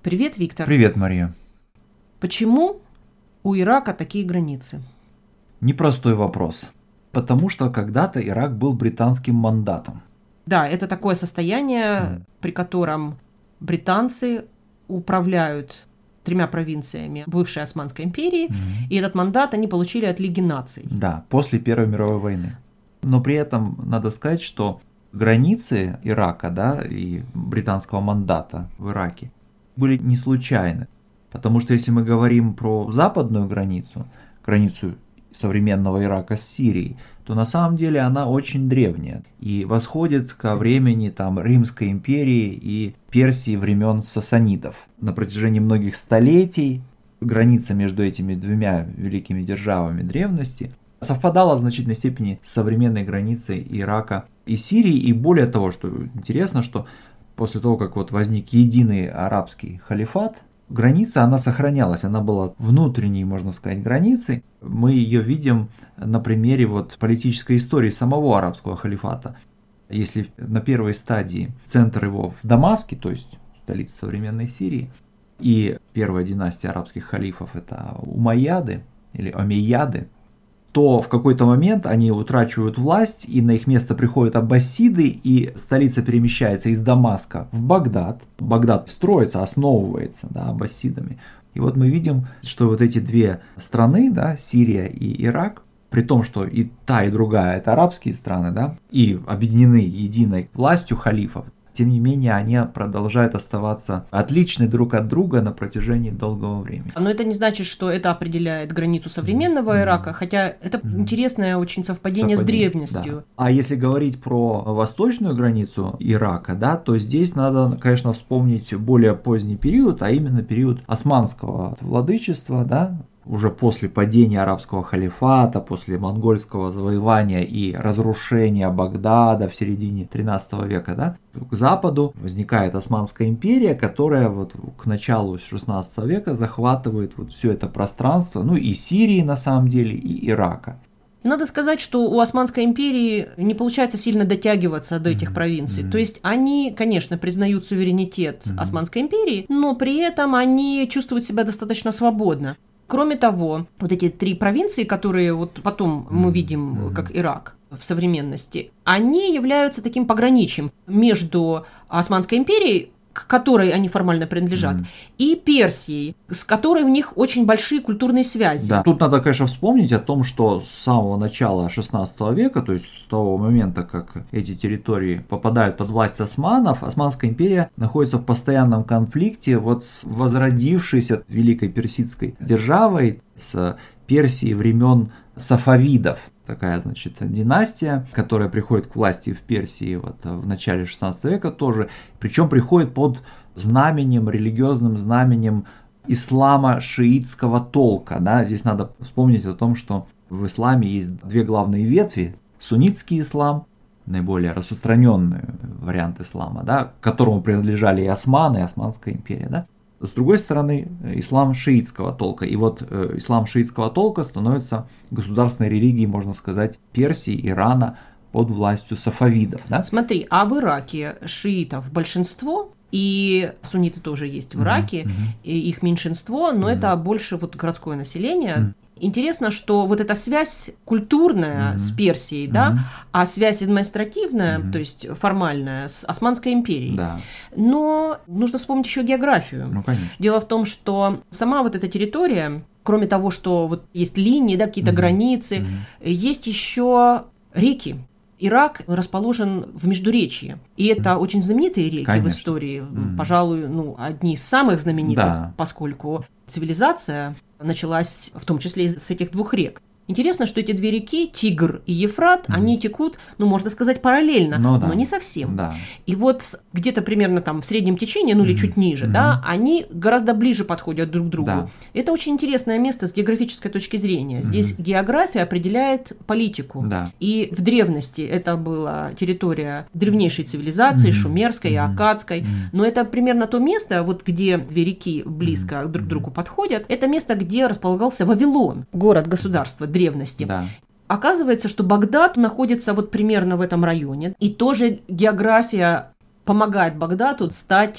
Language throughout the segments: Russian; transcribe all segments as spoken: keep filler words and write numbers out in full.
Привет, Виктор. Привет, Мария. Почему у Ирака такие границы? Непростой вопрос. Потому что когда-то Ирак был британским мандатом. Да, это такое состояние, mm. при котором британцы управляют тремя провинциями бывшей Османской империи, mm. и этот мандат они получили от Лиги наций. Да, после Первой мировой войны. Но при этом надо сказать, что границы Ирака, да, и британского мандата в Ираке были не случайны. Потому что если мы говорим про западную границу, границу современного Ирака с Сирией, то на самом деле она очень древняя и восходит ко времени там, Римской империи и Персии времен сасанидов. На протяжении многих столетий граница между этими двумя великими державами древности совпадала в значительной степени с современной границей Ирака и Сирии. И более того, что интересно, что после того, как вот возник единый арабский халифат, граница, она сохранялась, она была внутренней, можно сказать, границей. Мы ее видим на примере вот политической истории самого арабского халифата. Если на первой стадии центр его в Дамаске, то есть столица современной Сирии, и первая династия арабских халифов это Умайяды или Омейяды, то в какой-то момент они утрачивают власть, и на их место приходят аббасиды, и столица перемещается из Дамаска в Багдад. Багдад строится, основывается, да, аббасидами. И вот мы видим, что вот эти две страны, да, Сирия и Ирак, при том, что и та, и другая это арабские страны, да, и объединены единой властью халифов, тем не менее, они продолжают оставаться отличны друг от друга на протяжении долгого времени. Но это не значит, что это определяет границу современного mm-hmm. Ирака, хотя это mm-hmm. интересное очень совпадение, совпадение с древностью. Да. А если говорить про восточную границу Ирака, да, то здесь надо, конечно, вспомнить более поздний период, а именно период османского владычества, да, уже после падения арабского халифата, после монгольского завоевания и разрушения Багдада в середине тринадцатого века, да, к западу возникает Османская империя, которая вот к началу шестнадцатого века захватывает вот все это пространство, ну и Сирии на самом деле, и Ирака. Надо сказать, что у Османской империи не получается сильно дотягиваться до этих mm-hmm. провинций. Mm-hmm. То есть они, конечно, признают суверенитет mm-hmm. Османской империи, но при этом они чувствуют себя достаточно свободно. Кроме того, вот эти три провинции, которые вот потом мы видим mm-hmm. как Ирак в современности, они являются таким пограничьем между Османской империей, к которой они формально принадлежат, mm. и Персией, с которой у них очень большие культурные связи. Да. Тут надо, конечно, вспомнить о том, что с самого начала шестнадцатого века, то есть с того момента, как эти территории попадают под власть османов, Османская империя находится в постоянном конфликте вот с возродившейся Великой Персидской державой, с Персией времен сафавидов. Такая, значит, династия, которая приходит к власти в Персии вот, в начале шестнадцатого века тоже, причем приходит под знаменем, религиозным знаменем ислама шиитского толка. Да? Здесь надо вспомнить о том, что в исламе есть две главные ветви. Суннитский ислам, наиболее распространенный вариант ислама, да, к которому принадлежали и османы, и Османская империя. Да? С другой стороны, ислам шиитского толка. И вот э, ислам шиитского толка становится государственной религией, можно сказать, Персии, Ирана под властью сафавидов. Да? Смотри, а в Ираке шиитов большинство, и сунниты тоже есть в Ираке, mm-hmm. и их меньшинство, но mm-hmm. это больше вот городское население. Mm-hmm. Интересно, что вот эта связь культурная mm-hmm. с Персией, mm-hmm. да, а связь административная, mm-hmm. то есть формальная, с Османской империей. Да. Но нужно вспомнить еще географию. Ну, конечно. Дело в том, что сама вот эта территория, кроме того, что вот есть линии, да, какие-то mm-hmm. границы, mm-hmm. есть еще реки. Ирак расположен в Междуречье. И это mm. очень знаменитые реки Конечно. В истории. Mm. Пожалуй, ну, одни из самых знаменитых, да. поскольку цивилизация началась в том числе с этих двух рек. Интересно, что эти две реки, Тигр и Ефрат, mm-hmm. они текут, ну, можно сказать, параллельно, ну, да. но не совсем. Да. И вот где-то примерно там в среднем течении, ну, mm-hmm. или чуть ниже, mm-hmm. да, они гораздо ближе подходят друг к другу. Да. Это очень интересное место с географической точки зрения. Здесь mm-hmm. география определяет политику. Да. И в древности это была территория древнейшей цивилизации, mm-hmm. шумерской и mm-hmm. аккадской, mm-hmm. но это примерно то место, вот где две реки близко mm-hmm. друг к другу подходят, это место, где располагался Вавилон, город-государство древности. Да. Оказывается, что Багдад находится вот примерно в этом районе, и тоже география помогает Багдаду стать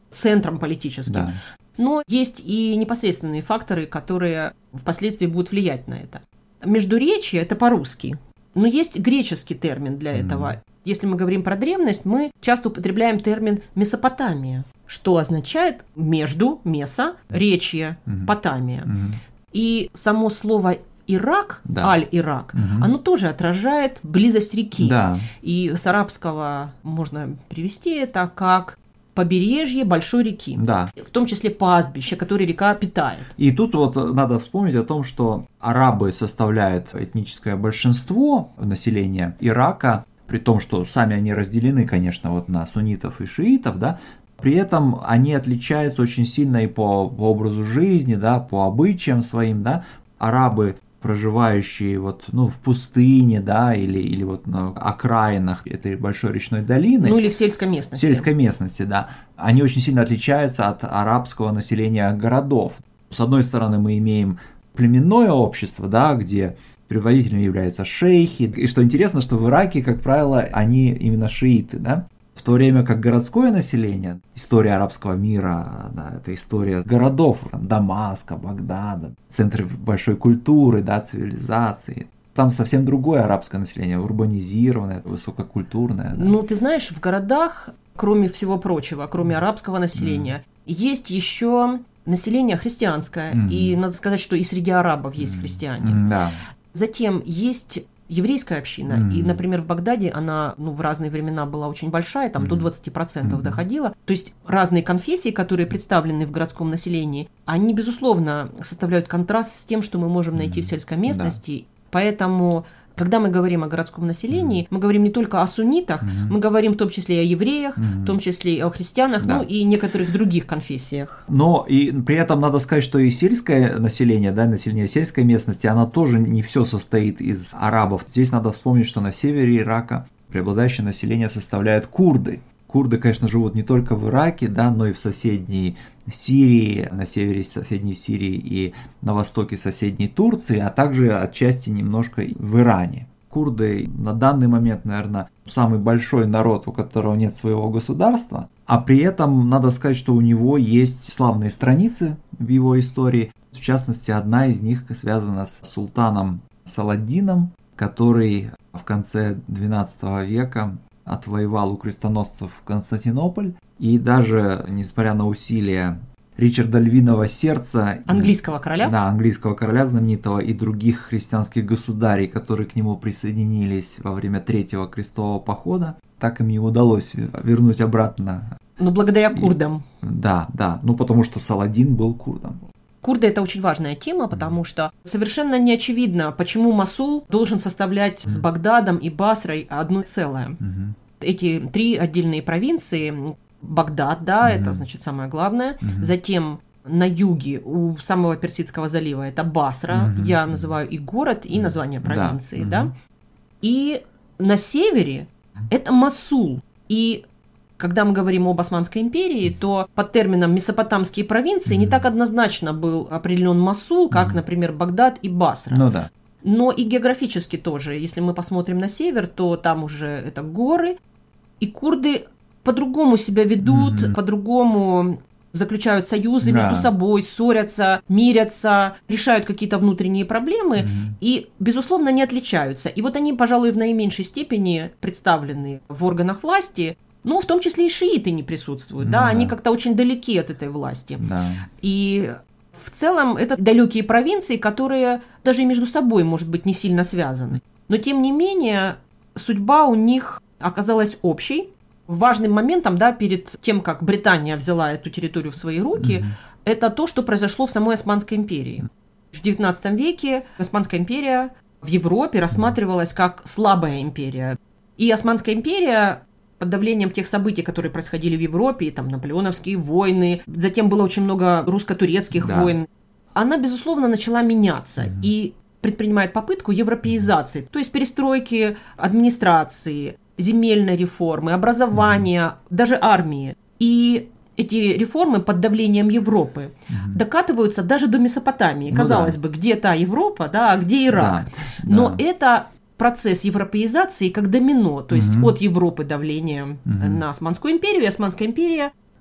центром политическим. Да. Но есть и непосредственные факторы, которые впоследствии будут влиять на это. Междуречие – это по-русски, но есть греческий термин для этого. Mm-hmm. Если мы говорим про древность, мы часто употребляем термин «месопотамия», что означает «между», «месо», «речье», mm-hmm. «потамия». Mm-hmm. И само слово «Ирак», да. «Аль-Ирак», угу. оно тоже отражает близость реки. Да. И с арабского можно перевести это как побережье большой реки, да. в том числе пастбище, которое река питает. И тут вот надо вспомнить о том, что арабы составляют этническое большинство населения Ирака, при том, что сами они разделены, конечно, вот на суннитов и шиитов, да. При этом они отличаются очень сильно и по, по образу жизни, да, по обычаям своим, да. Арабы, проживающие вот, ну, в пустыне, да, или, или вот на окраинах этой большой речной долины. Ну, или в сельской местности. В сельской местности, да. Они очень сильно отличаются от арабского населения городов. С одной стороны, мы имеем племенное общество, да, где предводителем являются шейхи. И что интересно, что в Ираке, как правило, они именно шииты, да. В то время как городское население, история арабского мира, да, это история городов, Дамаска, Багдада, центры большой культуры, да, цивилизации. Там совсем другое арабское население, урбанизированное, высококультурное. Да. Ну, ты знаешь, в городах, кроме всего прочего, кроме арабского населения, mm. есть еще население христианское. Mm. И надо сказать, что и среди арабов есть mm. христиане. Mm, да. Затем есть еврейская община, mm-hmm. и, например, в Багдаде она, ну, в разные времена была очень большая, там mm-hmm. до двадцать процентов mm-hmm. доходила. То есть разные конфессии, которые представлены в городском населении, они, безусловно, составляют контраст с тем, что мы можем найти mm-hmm. в сельской местности. Да. Поэтому, когда мы говорим о городском населении, mm-hmm. мы говорим не только о суннитах, mm-hmm. мы говорим в том числе и о евреях, mm-hmm. в том числе и о христианах, да. ну и некоторых других конфессиях. Но и при этом надо сказать, что и сельское население, да, население сельской местности, оно тоже не все состоит из арабов. Здесь надо вспомнить, что на севере Ирака преобладающее население составляют курды. Курды, конечно, живут не только в Ираке, да, но и в соседней Сирии, на севере соседней Сирии и на востоке соседней Турции, а также отчасти немножко в Иране. Курды на данный момент, наверное, самый большой народ, у которого нет своего государства, а при этом надо сказать, что у него есть славные страницы в его истории. В частности, одна из них связана с султаном Саладином, который в конце двенадцатого века отвоевал у крестоносцев Константинополь, и даже, несмотря на усилия Ричарда Львиного Сердца, английского короля, да, английского короля знаменитого, и других христианских государей, которые к нему присоединились во время Третьего крестового похода, так им не удалось вернуть обратно. Ну, благодаря курдам. И, да, да, ну потому что Саладин был курдом. Курды – это очень важная тема, потому что совершенно не очевидно, почему Мосул должен составлять с Багдадом и Басрой одно целое. Mm-hmm. Эти три отдельные провинции, Багдад, да, mm-hmm. это, значит, самое главное, mm-hmm. затем на юге у самого Персидского залива это Басра, mm-hmm. я называю и город, и название провинции, mm-hmm. да, и на севере это Мосул, и когда мы говорим об Османской империи, то под термином месопотамские провинции mm-hmm. не так однозначно был определен Мосул, как, mm-hmm. например, Багдад и Басра. Ну да. Но и географически тоже, если мы посмотрим на север, то там уже это горы, и курды по-другому себя ведут, mm-hmm. по-другому заключают союзы да. между собой, ссорятся, мирятся, решают какие-то внутренние проблемы mm-hmm. и, безусловно, не отличаются. И вот они, пожалуй, в наименьшей степени представлены в органах власти. Ну, в том числе и шииты не присутствуют, ну, да? да, они как-то очень далеки от этой власти. Да. И в целом это далекие провинции, которые даже между собой, может быть, не сильно связаны. Но, тем не менее, судьба у них оказалась общей. Важным моментом, да, перед тем, как Британия взяла эту территорию в свои руки, mm-hmm. это то, что произошло в самой Османской империи. В девятнадцатом веке Османская империя в Европе рассматривалась как слабая империя. И Османская империя под давлением тех событий, которые происходили в Европе, там наполеоновские войны, затем было очень много русско-турецких да. войн, она, безусловно, начала меняться mm-hmm. и предпринимает попытку европеизации, mm-hmm. то есть перестройки администрации, земельной реформы, образования, mm-hmm. даже армии. И эти реформы под давлением Европы mm-hmm. докатываются даже до Месопотамии. Ну, Казалось да. бы, где та Европа, да, а где Ирак? Да. Но да. это процесс европеизации как домино, то есть mm-hmm. от Европы давление mm-hmm. на Османскую империю, и Османская империя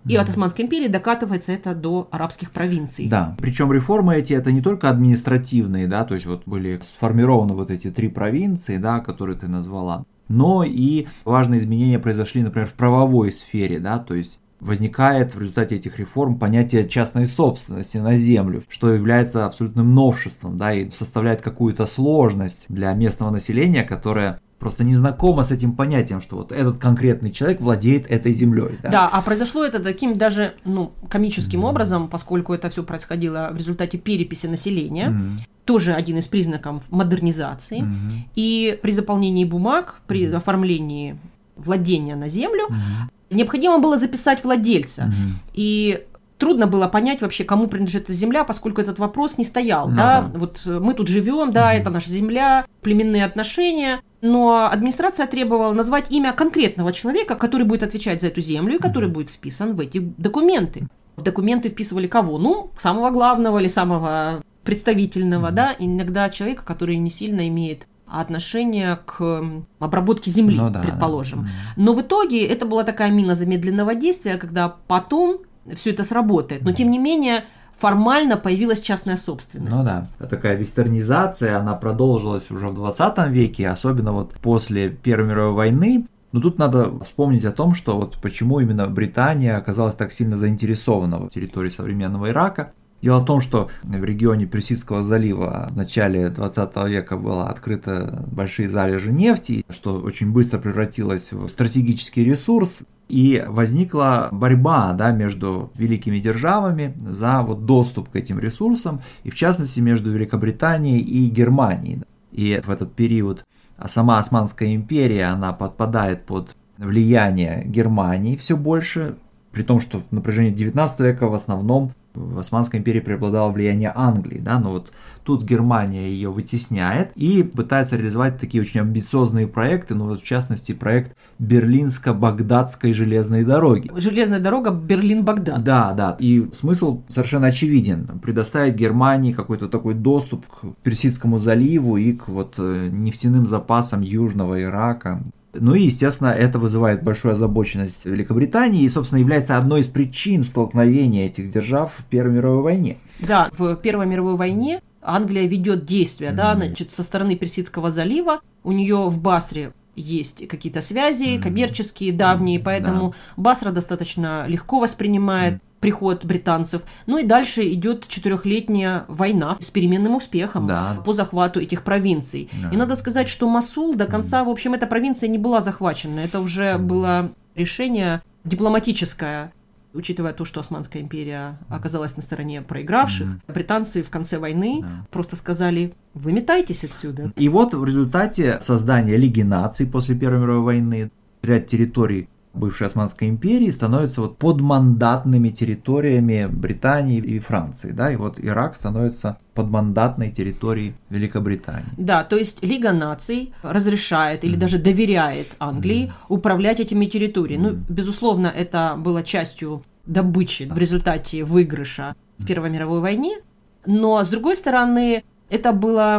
И mm-hmm. от Османской империи докатывается это до арабских провинций. Да, причем реформы эти это не только административные, да, то есть вот были сформированы вот эти три провинции, да, которые ты назвала, но и важные изменения произошли, например, в правовой сфере, да, то есть возникает в результате этих реформ понятие частной собственности на землю, что является абсолютным новшеством, да, и составляет какую-то сложность для местного населения, которое просто не знакомо с этим понятием, что вот этот конкретный человек владеет этой землей. Да, да, а произошло это таким даже ну, комическим mm-hmm. образом, поскольку это все происходило в результате переписи населения. Mm-hmm. Тоже один из признаков модернизации. Mm-hmm. И при заполнении бумаг, при mm-hmm. оформлении владения на землю, mm-hmm. необходимо было записать владельца. Mm-hmm. И трудно было понять вообще, кому принадлежит эта земля, поскольку этот вопрос не стоял. No, да? Да. Вот мы тут живем, да, mm-hmm. это наша земля, племенные отношения. Но администрация требовала назвать имя конкретного человека, который будет отвечать за эту землю и который mm-hmm. будет вписан в эти документы. В документы вписывали кого? Ну, самого главного или самого представительного, mm-hmm. да, и иногда человека, который не сильно имеет отношение к обработке земли, ну, да, предположим. Да. Mm-hmm. Но в итоге это была такая мина замедленного действия, когда потом все это сработает. Но, mm-hmm. тем не менее, формально появилась частная собственность. Ну да, такая вестернизация, она продолжилась уже в двадцатом веке, особенно вот после Первой мировой войны. Но тут надо вспомнить о том, что вот почему именно Британия оказалась так сильно заинтересована в территории современного Ирака. Дело в том, что в регионе Персидского залива в начале двадцатого века было открыто большие залежи нефти, что очень быстро превратилось в стратегический ресурс. И возникла борьба, да, между великими державами за вот доступ к этим ресурсам, и в частности между Великобританией и Германией. И в этот период сама Османская империя, она подпадает под влияние Германии все больше, при том, что в напряжении девятнадцатого века в основном в Османской империи преобладало влияние Англии, да, но вот тут Германия ее вытесняет и пытается реализовать такие очень амбициозные проекты, ну вот в частности проект Берлинско-Багдадской железной дороги. Железная дорога Берлин-Багдад. Да, да, и смысл совершенно очевиден, предоставить Германии какой-то такой доступ к Персидскому заливу и к вот нефтяным запасам Южного Ирака. Ну и, естественно, это вызывает большую озабоченность Великобритании и, собственно, является одной из причин столкновения этих держав в Первой мировой войне. Да, в Первой мировой войне Англия ведет действия, mm-hmm. да, значит, со стороны Персидского залива. У нее в Басре есть какие-то связи коммерческие, давние, поэтому да. Басра достаточно легко воспринимает mm-hmm. приход британцев. Ну и дальше идет четырехлетняя война с переменным успехом да. по захвату этих провинций. Да. И надо сказать, что Мосул до конца, в общем, эта провинция не была захвачена. Это уже было решение дипломатическое. Учитывая то, что Османская империя оказалась на стороне проигравших, mm-hmm. британцы в конце войны yeah. просто сказали: выметайтесь отсюда. И вот в результате создания Лиги наций после Первой мировой войны ряд территорий бывшей Османской империи становятся вот подмандатными территориями Британии и Франции, да, и вот Ирак становится подмандатной территорией Великобритании. Да, то есть Лига наций разрешает или mm. даже доверяет Англии mm. управлять этими территориями. Mm. Ну, безусловно, это было частью добычи в результате выигрыша в Первой мировой войне, но, с другой стороны, это было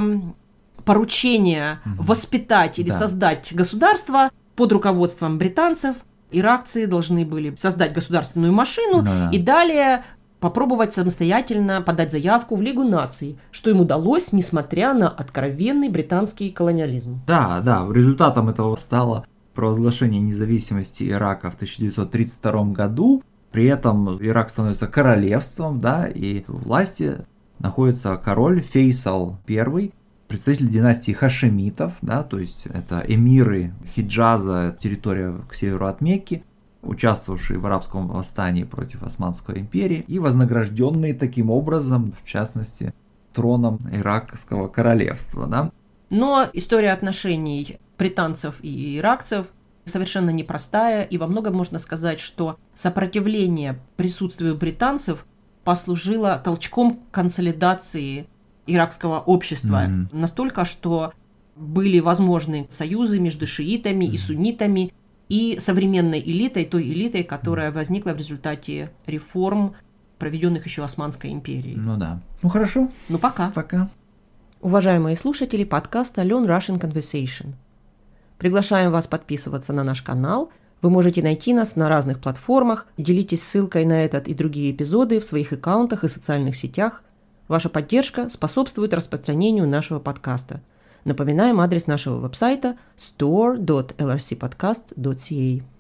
поручение mm. воспитать или да. создать государство под руководством британцев. Иракцы должны были создать государственную машину да. и далее попробовать самостоятельно подать заявку в Лигу наций, что им удалось, несмотря на откровенный британский колониализм. Да, да, результатом этого стало провозглашение независимости Ирака в тысяча девятьсот тридцать втором году. При этом Ирак становится королевством, да, и у власти находится король Фейсал I, представитель династии хашемитов, да, то есть это эмиры Хиджаза, территория к северу от Мекки, участвовавшие в арабском восстании против Османской империи и вознагражденные таким образом, в частности, троном Иракского королевства. Да. Но история отношений британцев и иракцев совершенно непростая, и во многом можно сказать, что сопротивление присутствию британцев послужило толчком консолидации иракского общества. Mm-hmm. Настолько, что были возможны союзы между шиитами mm-hmm. и суннитами, и современной элитой, той элитой, которая mm-hmm. возникла в результате реформ, проведенных еще Османской империей. Ну да. Ну хорошо. Ну пока. Пока. Уважаемые слушатели подкаста Learn Russian Conversation. Приглашаем вас подписываться на наш канал, Вы можете найти нас на разных платформах, делитесь ссылкой на этот и другие эпизоды в своих аккаунтах и социальных сетях. Ваша поддержка способствует распространению нашего подкаста. Напоминаем адрес нашего веб-сайта store dot l r c podcast dot c a.